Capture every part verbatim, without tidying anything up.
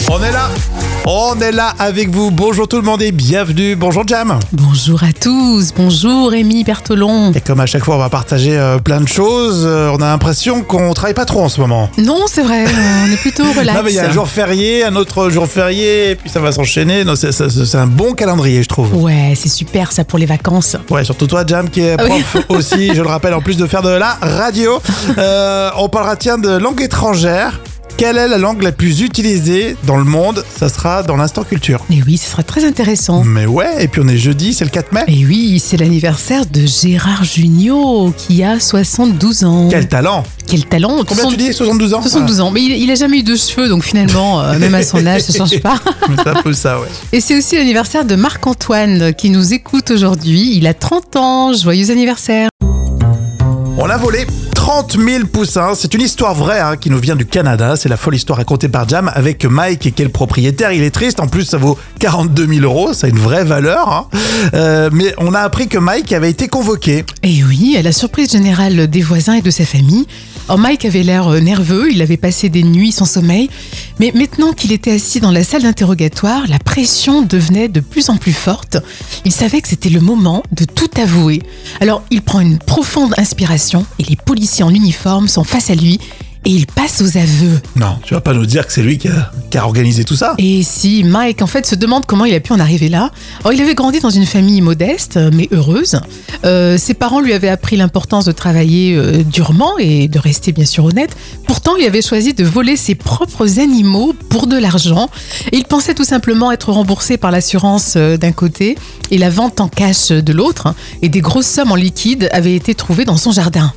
On est là, on est là avec vous. Bonjour tout le monde et bienvenue. Bonjour Jam. Bonjour à tous, bonjour Rémi Bertolon. Et comme à chaque fois, on va partager euh, plein de choses. Euh, on a l'impression qu'on travaille pas trop en ce moment. Non, c'est vrai, on est plutôt relax. Non mais il y a un jour férié, un autre jour férié, et puis ça va s'enchaîner. Non, c'est, c'est, c'est un bon calendrier, je trouve. Ouais, c'est super ça pour les vacances. Ouais, surtout toi Jam qui est prof oui. aussi, je le rappelle, en plus de faire de la radio. Euh, on parlera tiens de langue étrangère. Quelle est la langue la plus utilisée dans le monde? Ça sera dans l'instant culture. Et oui, ce sera très intéressant. Mais ouais, et puis on est jeudi, c'est le quatre mai. Et oui, c'est l'anniversaire de Gérard Jugnot qui a soixante-douze ans. Quel talent! Quel talent! Combien soixante... tu dis? soixante-douze ans? soixante-douze ans, mais il, il a jamais eu de cheveux, donc finalement, euh, même à son âge, ça change pas. C'est un peu ça, ouais. Et c'est aussi l'anniversaire de Marc-Antoine qui nous écoute aujourd'hui. Il a trente ans, joyeux anniversaire! On a volé trente mille poussins. C'est une histoire vraie hein, qui nous vient du Canada. C'est la folle histoire racontée par Jam avec Mike qui est le propriétaire. Il est triste. En plus, ça vaut quarante-deux mille euros. Ça a une vraie valeur. Hein. Euh, mais on a appris que Mike avait été convoqué. Et oui, à la surprise générale des voisins et de sa famille. Alors Mike avait l'air nerveux. Il avait passé des nuits sans sommeil. Mais maintenant qu'il était assis dans la salle d'interrogatoire, la pression devenait de plus en plus forte. Il savait que c'était le moment de tout avouer. Alors, il prend une profonde inspiration et les policiers en uniforme sont face à lui et il passe aux aveux. Non, tu vas pas nous dire que c'est lui qui a, qui a organisé tout ça? Et si, Mike en fait se demande comment il a pu en arriver là. Alors, il avait grandi dans une famille modeste mais heureuse. Euh, ses parents lui avaient appris l'importance de travailler euh, durement et de rester bien sûr honnête. Pourtant, il avait choisi de voler ses propres animaux pour de l'argent. Et il pensait tout simplement être remboursé par l'assurance euh, d'un côté et la vente en cash de l'autre. Et des grosses sommes en liquide avaient été trouvées dans son jardin.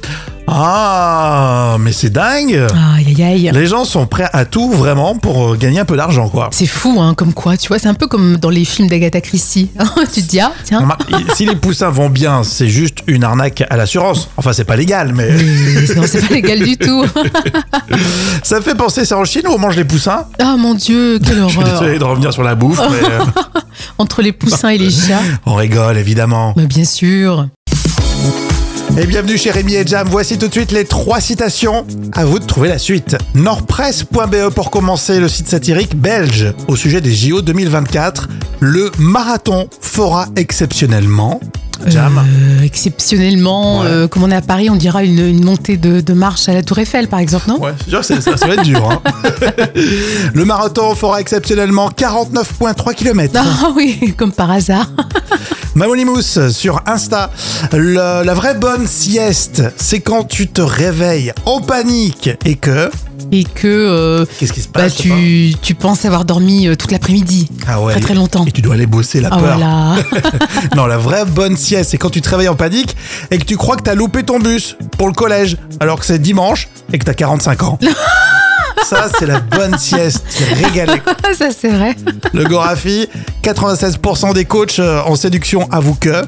Ah, mais c'est dingue! Aïe, aïe, aïe. Les gens sont prêts à tout vraiment pour gagner un peu d'argent, quoi. C'est fou, hein, comme quoi, tu vois, c'est un peu comme dans les films d'Agatha Christie. Tu te dis, ah, tiens. Si les poussins vont bien, c'est juste une arnaque à l'assurance. Enfin, c'est pas légal, mais. Oui, non, c'est pas légal du tout. Ça me fait penser, c'est en Chine où on mange les poussins? Ah, mon Dieu, quelle horreur. Je suis désolé de revenir sur la bouffe, mais. Entre les poussins et les chats. On rigole, évidemment. Mais bien sûr. Et bienvenue chez Rémi et Jam. Voici tout de suite les trois citations. À vous de trouver la suite. Nordpresse point b e pour commencer, le site satirique belge au sujet des J O deux mille vingt-quatre. Le marathon fera exceptionnellement. Jam. Euh, exceptionnellement, ouais. euh, comme on est à Paris, on dira une, une montée de, de marche à la Tour Eiffel, par exemple, non? Ouais, c'est sûr, ça, ça va être dur. Hein. Le marathon fera exceptionnellement quarante-neuf virgule trois kilomètres. Ah oui, comme par hasard. Mamonimous sur Insta. Le, la vraie bonne sieste, c'est quand tu te réveilles en panique et que... Et que euh, Qu'est-ce qui se passe, bah, tu, tu penses avoir dormi euh, toute l'après-midi. Ah ouais. Très très longtemps. Et tu dois aller bosser, la ah peur. Voilà. Non, la vraie bonne sieste, c'est quand tu te réveilles en panique et que tu crois que t'as loupé ton bus pour le collège, alors que c'est dimanche et que t'as quarante-cinq ans. Ça, c'est la bonne sieste. C'est régalé. Ça, c'est vrai. Le Gorafi, quatre-vingt-seize pour cent des coachs en séduction avouent que...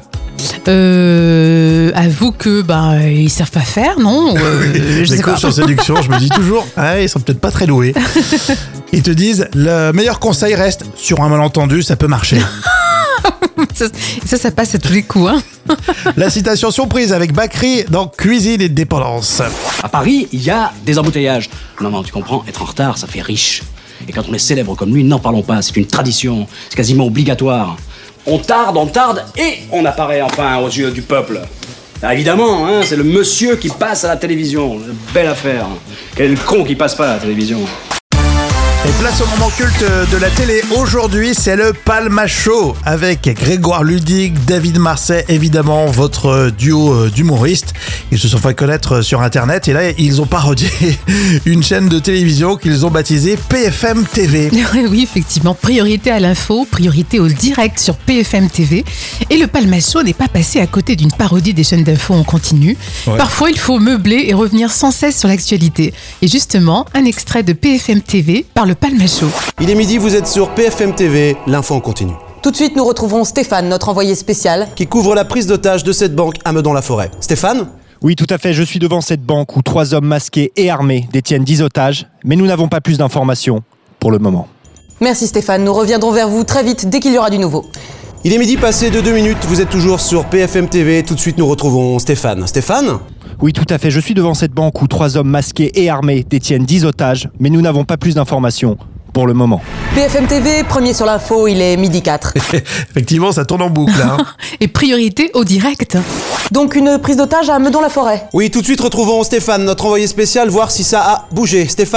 Euh, avoue que bah ils savent pas faire, non euh, Les coachs pas. En séduction, je me dis toujours, ah, ils sont peut-être pas très doués. Ils te disent, le meilleur conseil reste, sur un malentendu, ça peut marcher. ça, ça, ça passe à tous les coups. Hein. La citation surprise avec Bakri dans Cuisine et Dépendance. À Paris, il y a des embouteillages. Non, non, tu comprends, être en retard, ça fait riche. Et quand on est célèbre comme lui, n'en parlons pas, c'est une tradition, c'est quasiment obligatoire. On tarde, on tarde, et on apparaît enfin aux yeux du peuple. Ah, évidemment, hein, c'est le monsieur qui passe à la télévision. Belle affaire. Quel con qui passe pas à la télévision. Et place au moment culte de la télé. Aujourd'hui, c'est le Palma Show avec Grégoire Ludig, David Marsay, évidemment, votre duo d'humoristes. Ils se sont fait connaître sur Internet et là, ils ont parodié une chaîne de télévision qu'ils ont baptisée P F M T V. Oui, effectivement. Priorité à l'info, priorité au direct sur P F M T V. Et le Palma Show n'est pas passé à côté d'une parodie des chaînes d'info en continu. Ouais. Parfois, il faut meubler et revenir sans cesse sur l'actualité. Et justement, un extrait de P F M T V par le Palma Show. Il est midi, vous êtes sur P F M T V, l'info en continu. Tout de suite, nous retrouvons Stéphane, notre envoyé spécial, qui couvre la prise d'otage de cette banque à Meudon-la-Forêt. Stéphane ? Oui, tout à fait. Je suis devant cette banque où trois hommes masqués et armés détiennent dix otages, mais nous n'avons pas plus d'informations pour le moment. Merci Stéphane, nous reviendrons vers vous très vite dès qu'il y aura du nouveau. Il est midi passé de deux minutes, vous êtes toujours sur P F M T V. Tout de suite, nous retrouvons Stéphane. Stéphane ? Oui, tout à fait. Je suis devant cette banque où trois hommes masqués et armés détiennent dix otages, mais nous n'avons pas plus d'informations pour le moment. P F M T V, premier sur l'info, il est midi quatre. Effectivement, ça tourne en boucle. Hein. Et priorité au direct. Donc une prise d'otage à Meudon-la-Forêt. Oui, tout de suite retrouvons Stéphane, notre envoyé spécial, voir si ça a bougé. Stéphane ?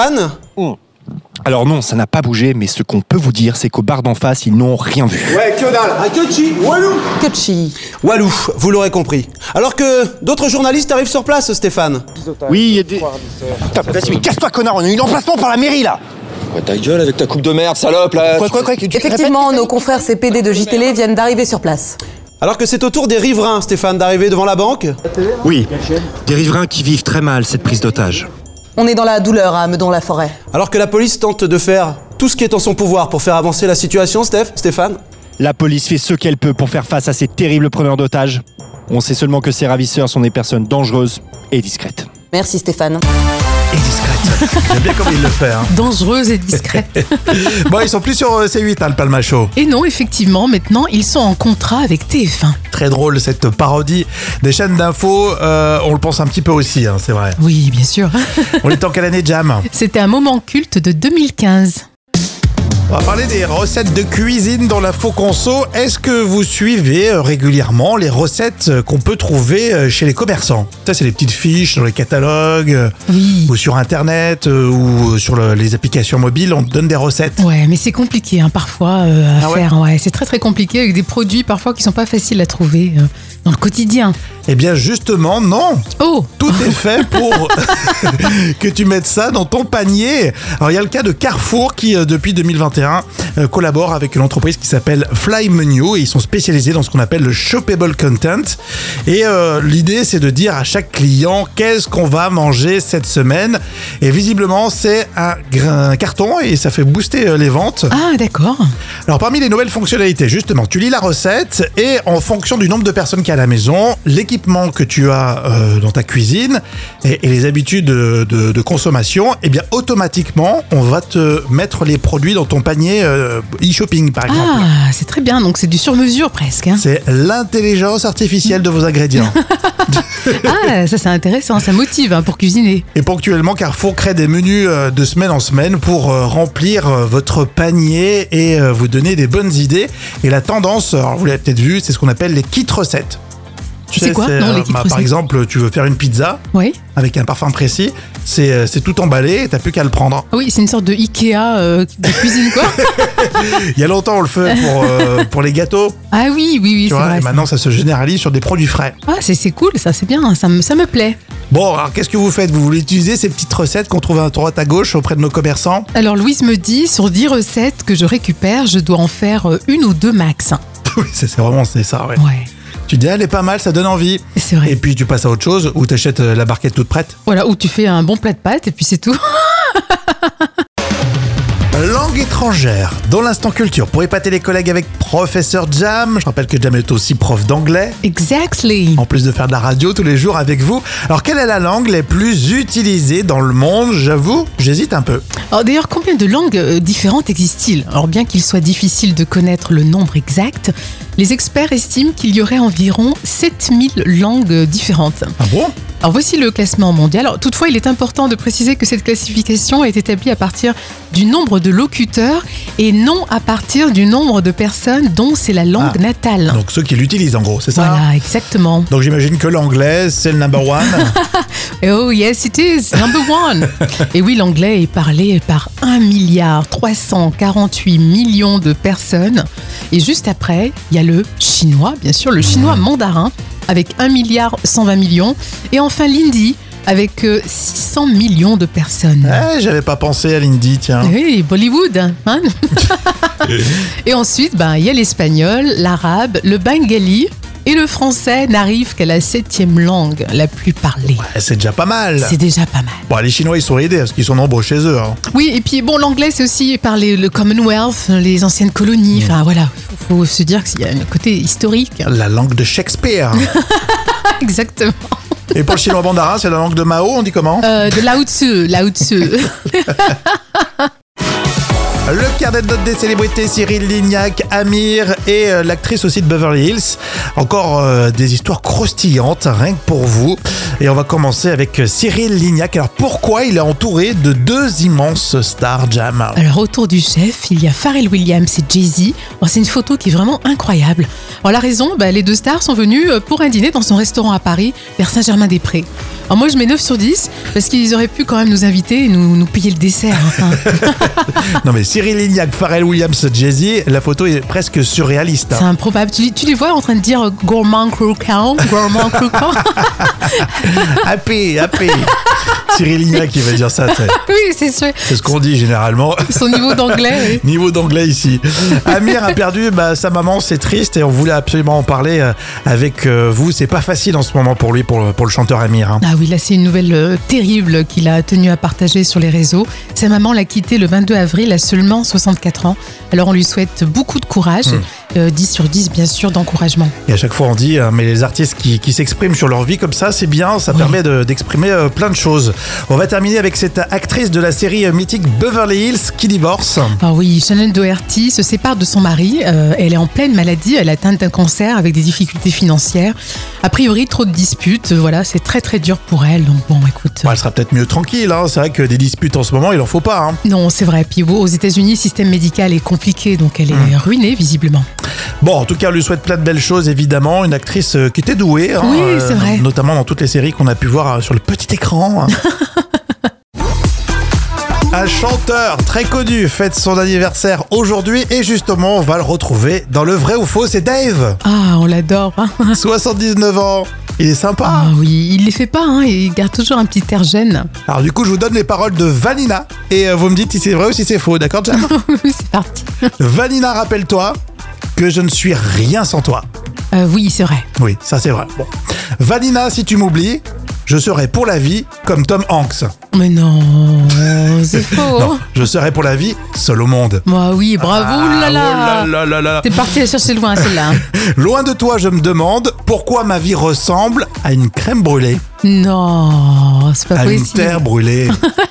Alors non, ça n'a pas bougé, mais ce qu'on peut vous dire, c'est qu'au bar d'en face, ils n'ont rien vu. Ouais, que dalle, un Kutchi, Walou Kutchi. Walou, vous l'aurez compris. Alors que d'autres journalistes arrivent sur place, Stéphane. Oui, il y a des... Putain, vas-y, mais casse-toi, connard, on a eu l'emplacement par la mairie, là. Quoi, ta gueule avec ta coupe de merde, salope, là. Quoi, quoi, quoi, tu- tu Effectivement, répètes nos confrères C P D de J T L E viennent d'arriver sur place. Alors que c'est au tour des riverains, Stéphane, d'arriver devant la banque. Oui, des riverains qui vivent très mal cette prise d'otage. On est dans la douleur à Meudon-la-Forêt. Alors que la police tente de faire tout ce qui est en son pouvoir pour faire avancer la situation, Steph, Stéphane. La police fait ce qu'elle peut pour faire face à ces terribles preneurs d'otages. On sait seulement que ces ravisseurs sont des personnes dangereuses et discrètes. Merci Stéphane. Et discrète. J'aime bien comme il le fait. Hein. Dangereuse et discrète. Bon, ils sont plus sur euh, C huit, hein, le Palma Show. Et non, effectivement, maintenant, ils sont en contrat avec T F un. Très drôle cette parodie des chaînes d'infos. Euh, on le pense un petit peu aussi, hein, c'est vrai. Oui, bien sûr. On est en quelle année, Jam ? C'était un moment culte de deux mille quinze. On va parler des recettes de cuisine dans la Faux Conso. Est-ce que vous suivez euh, régulièrement les recettes euh, qu'on peut trouver euh, chez les commerçants ? Ça, c'est les petites fiches dans les catalogues, euh, Oui. ou sur Internet, euh, ou sur le- les applications mobiles, on te donne des recettes. Ouais, mais c'est compliqué hein, parfois euh, à Ah ouais faire. Ouais, c'est très très compliqué avec des produits parfois qui sont pas faciles à trouver euh, dans le quotidien. Eh bien, justement, non. Oh, Tout est fait pour que tu mettes ça dans ton panier. Alors, il y a le cas de Carrefour qui, euh, depuis deux mille vingt et un, euh, collabore avec une entreprise qui s'appelle Fly Menu et ils sont spécialisés dans ce qu'on appelle le shoppable content. Et euh, l'idée, c'est de dire à chaque client qu'est-ce qu'on va manger cette semaine. Et visiblement, c'est un, gr- un carton et ça fait booster euh, les ventes. ah d'accord. Alors parmi les nouvelles fonctionnalités, justement, tu lis la recette et en fonction du nombre de personnes qu'il y a à la maison, l'équipement que tu as euh, dans ta cuisine et, et les habitudes de, de- de consommation, eh bien automatiquement, on va te mettre les produits dans ton panier euh, e-shopping par exemple. Ah, c'est très bien. Donc c'est du sur-mesure presque. Hein. C'est l'intelligence artificielle de vos ingrédients. Ah, ça c'est intéressant. Ça motive hein, pour cuisiner. Et ponctuellement, Carrefour crée des menus euh, de semaine en semaine pour euh, remplir euh, votre panier et euh, vous donner des bonnes idées. Et la tendance, alors vous l'avez peut-être vu, c'est ce qu'on appelle les kits recettes. Tu C'est sais, quoi Non, les kits Par recettes. exemple, tu veux faire une pizza Oui. avec un parfum précis, c'est euh, c'est tout emballé et t'as plus qu'à le prendre. Ah oui, c'est une sorte de Ikea euh, de cuisine quoi. Il y a longtemps, on le fait pour, euh, pour les gâteaux, Ah oui, oui, oui, tu c'est vois, vrai. et maintenant ça se généralise sur des produits frais. Ah, c'est c'est cool, ça c'est bien. Ça me, ça me plaît. Bon, alors qu'est-ce que vous faites ? Vous voulez utiliser ces petites recettes qu'on trouve à droite à gauche auprès de nos commerçants ? Alors Louise me dit, sur dix recettes que je récupère, je dois en faire euh, une ou deux max. Oui, c'est c'est vraiment c'est ça, ouais. Ouais, Tu te dis, elle est pas mal, ça donne envie. c'est vrai. Et puis tu passes à autre chose ou t'achètes euh, la barquette toute prête. Voilà, où tu fais un bon plat de pâtes et puis c'est tout. Langue étrangère, dans l'instant culture, pour épater les collègues avec Professeur Jam. Je rappelle que Jam est aussi prof d'anglais, Exactly. en plus de faire de la radio tous les jours avec vous. Alors, quelle est la langue la plus utilisée dans le monde ? J'avoue, j'hésite un peu. Alors d'ailleurs, combien de langues euh, différentes existent-ils ? Alors bien qu'il soit difficile de connaître le nombre exact, les experts estiment qu'il y aurait environ sept mille langues euh, différentes. Ah bon ? Alors voici le classement mondial. Alors, toutefois, il est important de préciser que cette classification est établie à partir du nombre de locuteurs et non à partir du nombre de personnes dont c'est la langue Ah. natale. Donc ceux qui l'utilisent en gros, c'est ça ? Voilà, exactement. Donc j'imagine que l'anglais, c'est le number one. Oh yes, it is, number one. Et oui, l'anglais est parlé par un milliard trois cent quarante-huit millions de personnes. Et juste après, il y a le chinois, bien sûr, le chinois mandarin, avec un milliard cent vingt millions. Et enfin l'hindi, avec euh, six cents millions de personnes. Eh, j'avais pas pensé à l'indie, tiens. Oui, Bollywood. Hein. Et ensuite, ben, il y a l'espagnol, l'arabe, le bengali et le français n'arrive qu'à la septième langue la plus parlée. Eh, c'est déjà pas mal. C'est déjà pas mal. Bon, les Chinois, ils sont aidés parce qu'ils sont nombreux chez eux. Hein. Oui, et puis bon, l'anglais, c'est aussi par les- le Commonwealth, les anciennes colonies. Enfin voilà, il faut, faut se dire qu'il y a un côté historique. La langue de Shakespeare. Exactement. Et pour le chinois mandarin, c'est la langue de Mao, on dit comment ? Euh, de Lao Tzu, Lao Tzu. Le carnet de notes des célébrités, Cyril Lignac, Amir et euh, l'actrice aussi de Beverly Hills. Encore euh, des histoires croustillantes, rien que pour vous. Et on va commencer avec Cyril Lignac. Alors pourquoi il est entouré de deux immenses stars, Jam? Alors autour du chef, il y a Pharrell Williams et Jay-Z. Oh, c'est une photo qui est vraiment incroyable. Alors la raison, bah, les deux stars sont venus pour un dîner dans son restaurant à Paris, vers Saint-Germain-des-Prés. Alors moi je mets neuf sur dix parce qu'ils auraient pu quand même nous inviter et nous, nous payer le dessert. Enfin. Non mais Cyril Lignac, Pharrell Williams, Jay-Z, la photo est presque surréaliste. C'est improbable. Tu, tu les vois en train de dire gourmand croquant, gourmand croquant. Happy, happy. Cyril Lignac qui va dire ça. C'est, Oui, c'est sûr. c'est ce qu'on dit généralement. Son niveau d'anglais. Oui. Niveau d'anglais ici. Amir a perdu bah, sa maman, c'est triste et on voulait absolument en parler euh, avec euh, vous. C'est pas facile en ce moment pour lui, pour le, pour le chanteur Amir. Hein. Ah oui, là c'est une nouvelle euh, terrible qu'il a tenu à partager sur les réseaux. Sa maman l'a quitté le vingt-deux avril à seulement soixante-quatre ans. Alors on lui souhaite beaucoup de courage, Mmh. euh, dix sur dix bien sûr d'encouragement. Et à chaque fois on dit, euh, mais les artistes qui, qui s'expriment sur leur vie comme ça, c'est bien, ça Oui. permet de- d'exprimer euh, plein de choses. On va terminer avec cette actrice de la série euh, mythique Beverly Hills qui divorce. Ah oui, Shannon Doherty se sépare de son mari. Euh, elle est en pleine maladie, elle est atteinte d'un cancer avec des difficultés financières. A priori, trop de disputes. Voilà, c'est très très dur pour elle. Donc bon, écoute. Bon, elle sera peut-être mieux tranquille, hein. C'est vrai que des disputes en ce moment, il en faut pas. Hein. Non, c'est vrai. Puis aux États-Unis, le système médical est compliqué, donc elle est Mmh. ruinée visiblement. Bon, en tout cas, on lui souhaite plein de belles choses, évidemment. Une actrice euh, qui était douée, hein, Oui, c'est vrai. notamment dans toutes les séries qu'on a pu voir euh, sur le petit écran. hein. Un chanteur très connu fête son anniversaire aujourd'hui et justement, on va le retrouver dans le vrai ou faux, c'est Dave. Ah, on l'adore. Hein. soixante-dix-neuf ans. Il est sympa. Ah oui, il les fait pas. Hein. Il garde toujours un petit air jeune. Alors du coup, je vous donne les paroles de Vanina et euh, vous me dites si c'est vrai ou si c'est faux, d'accord, Jam? C'est parti. Vanina, rappelle-toi que je ne suis rien sans toi. Euh, oui, c'est vrai. Oui, ça c'est vrai. Bon. Vanina, si tu m'oublies, je serai pour la vie comme Tom Hanks. Mais non, c'est faux. Non, je serai pour la vie seul au monde. Bah oui, bravo, Ah, là là. oh là là là là. T'es parti la chercher loin, celle-là. Loin de toi, je me demande pourquoi ma vie ressemble à une crème brûlée, Non, c'est pas à une possible. terre brûlée.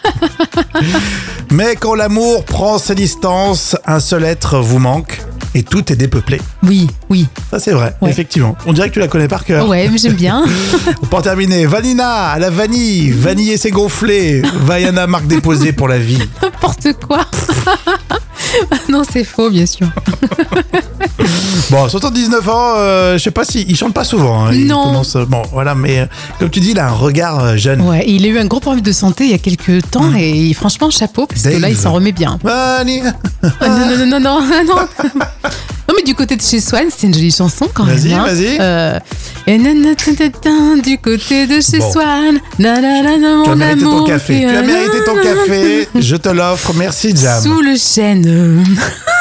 Mais quand l'amour prend ses distances, un seul être vous manque et tout est dépeuplé. Oui, oui. Ça c'est vrai, Ouais. effectivement. On dirait que tu la connais par cœur. Ouais, mais j'aime bien. Pour terminer, Vanina, à la vanille, vanillé c'est gonflé, Vaiana marque déposée pour la vie. N'importe quoi. Non, c'est faux, bien sûr. Bon, soixante-dix-neuf ans, euh, je sais pas si il chante pas souvent. Hein. Il Non. commence, bon, voilà, mais euh, comme tu dis, il a un regard euh, jeune. Ouais, et il a eu un gros problème de santé il y a quelques temps et franchement, chapeau, parce que Dave. là, il s'en remet bien. Vanina. Ah, non, non, non, non, non, non. Non, mais du côté de chez Swan, c'est une jolie chanson quand même. Vas-y, hein. vas-y. Euh, et nanana, du côté de chez Bon. Swan, nanana, Tu as mon mérité ton amour. café. et Tu as un- mérité ton café. Je te l'offre. Merci, Jam. Sous le chêne.